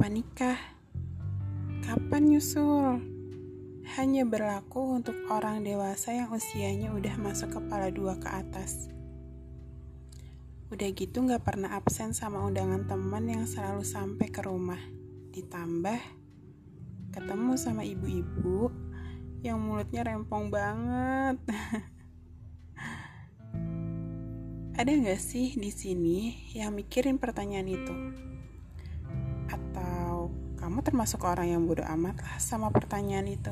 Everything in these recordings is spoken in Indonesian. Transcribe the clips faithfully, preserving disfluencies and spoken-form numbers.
kapan nikah? Kapan nyusul? Hanya berlaku untuk orang dewasa yang usianya udah masuk kepala dua ke atas. Udah gitu gak pernah absen sama undangan teman yang selalu sampai ke rumah. Ditambah ketemu sama ibu-ibu yang mulutnya rempong banget. Ada gak sih di sini yang mikirin pertanyaan itu? Atau kamu termasuk orang yang bodoh amat lah sama pertanyaan itu?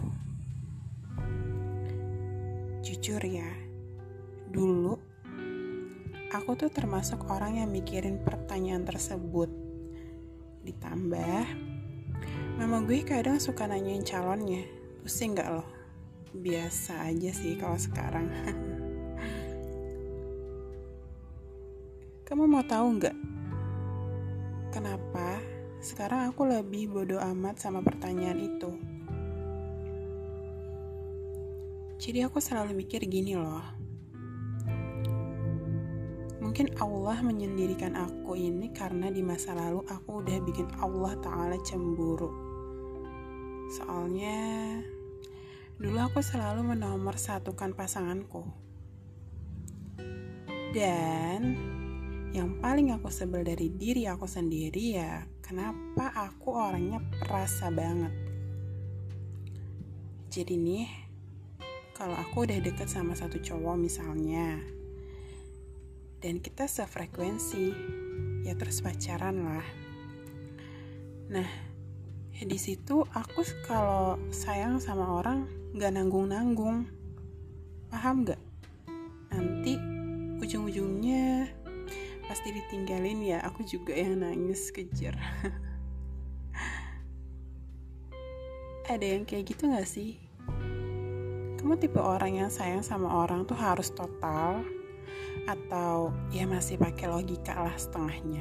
Jujur ya, dulu aku tuh termasuk orang yang mikirin pertanyaan tersebut. Ditambah, mama gue kadang suka nanyain calonnya. Pusing gak loh? Biasa aja sih kalau sekarang. Kamu mau tahu gak? Kenapa sekarang aku lebih bodoh amat sama pertanyaan itu? Jadi aku selalu mikir gini loh. Mungkin Allah menyendirikan aku ini karena di masa lalu aku udah bikin Allah Ta'ala cemburu. Soalnya dulu aku selalu menomorsatukan pasanganku. Dan yang paling aku sebel dari diri aku sendiri ya, kenapa aku orangnya perasa banget. Jadi nih, kalau aku udah deket sama satu cowok misalnya, dan kita sefrekuensi, ya terus pacaran lah. Nah, di situ aku kalau sayang sama orang gak nanggung-nanggung, paham gak? Nanti ujung-ujungnya pasti ditinggalin ya, aku juga yang nangis kejer. Ada yang kayak gitu gak sih? Kamu tipe orang yang sayang sama orang tuh harus total, atau ya masih pakai logika lah setengahnya?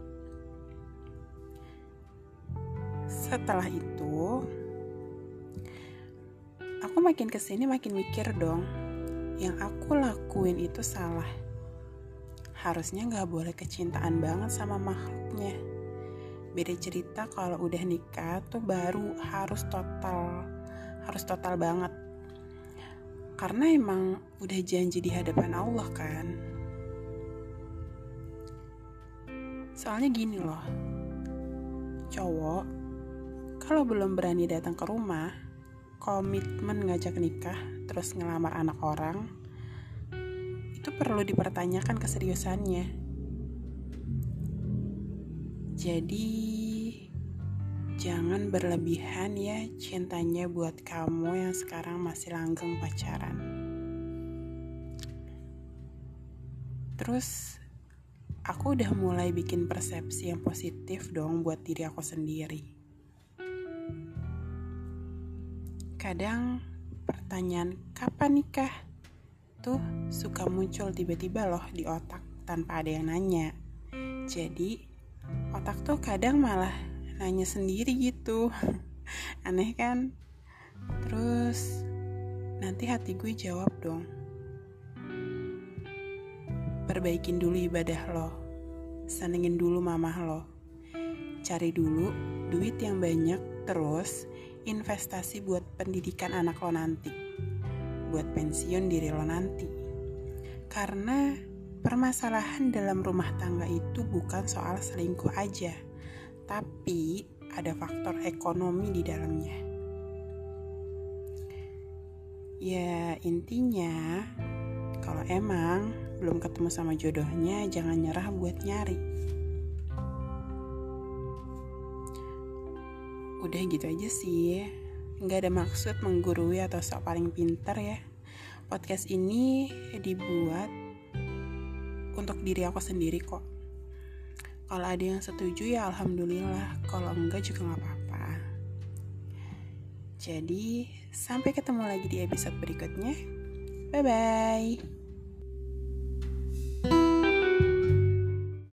Setelah itu, aku makin kesini makin mikir dong, yang aku lakuin itu salah. Harusnya gak boleh kecintaan banget sama makhluknya. Beda cerita kalau udah nikah tuh baru harus total, harus total banget. Karena emang udah janji di hadapan Allah kan. Soalnya gini loh, cowok kalau belum berani datang ke rumah, komitmen ngajak nikah, terus ngelamar anak orang, itu perlu dipertanyakan keseriusannya. Jadi jangan berlebihan ya cintanya buat kamu yang sekarang masih langgeng pacaran. Terus aku udah mulai bikin persepsi yang positif dong buat diri aku sendiri. Kadang pertanyaan kapan nikah tuh suka muncul tiba-tiba loh di otak tanpa ada yang nanya. Jadi otak tuh kadang malah nanya sendiri gitu. Aneh kan? Terus nanti hati gue jawab dong, perbaikin dulu ibadah lo, senengin dulu mamah lo, cari dulu duit yang banyak, terus investasi buat pendidikan anak lo nanti, buat pensiun diri lo nanti. Karena permasalahan dalam rumah tangga itu bukan soal selingkuh aja, tapi ada faktor ekonomi di dalamnya. Ya intinya, kalau emang belum ketemu sama jodohnya, jangan nyerah buat nyari. Udah gitu aja sih, gak ada maksud menggurui atau sok paling pintar ya. Podcast ini dibuat untuk diri aku sendiri kok. Kalau ada yang setuju ya alhamdulillah, kalau enggak juga gak apa-apa. Jadi sampai ketemu lagi di episode berikutnya. Bye bye.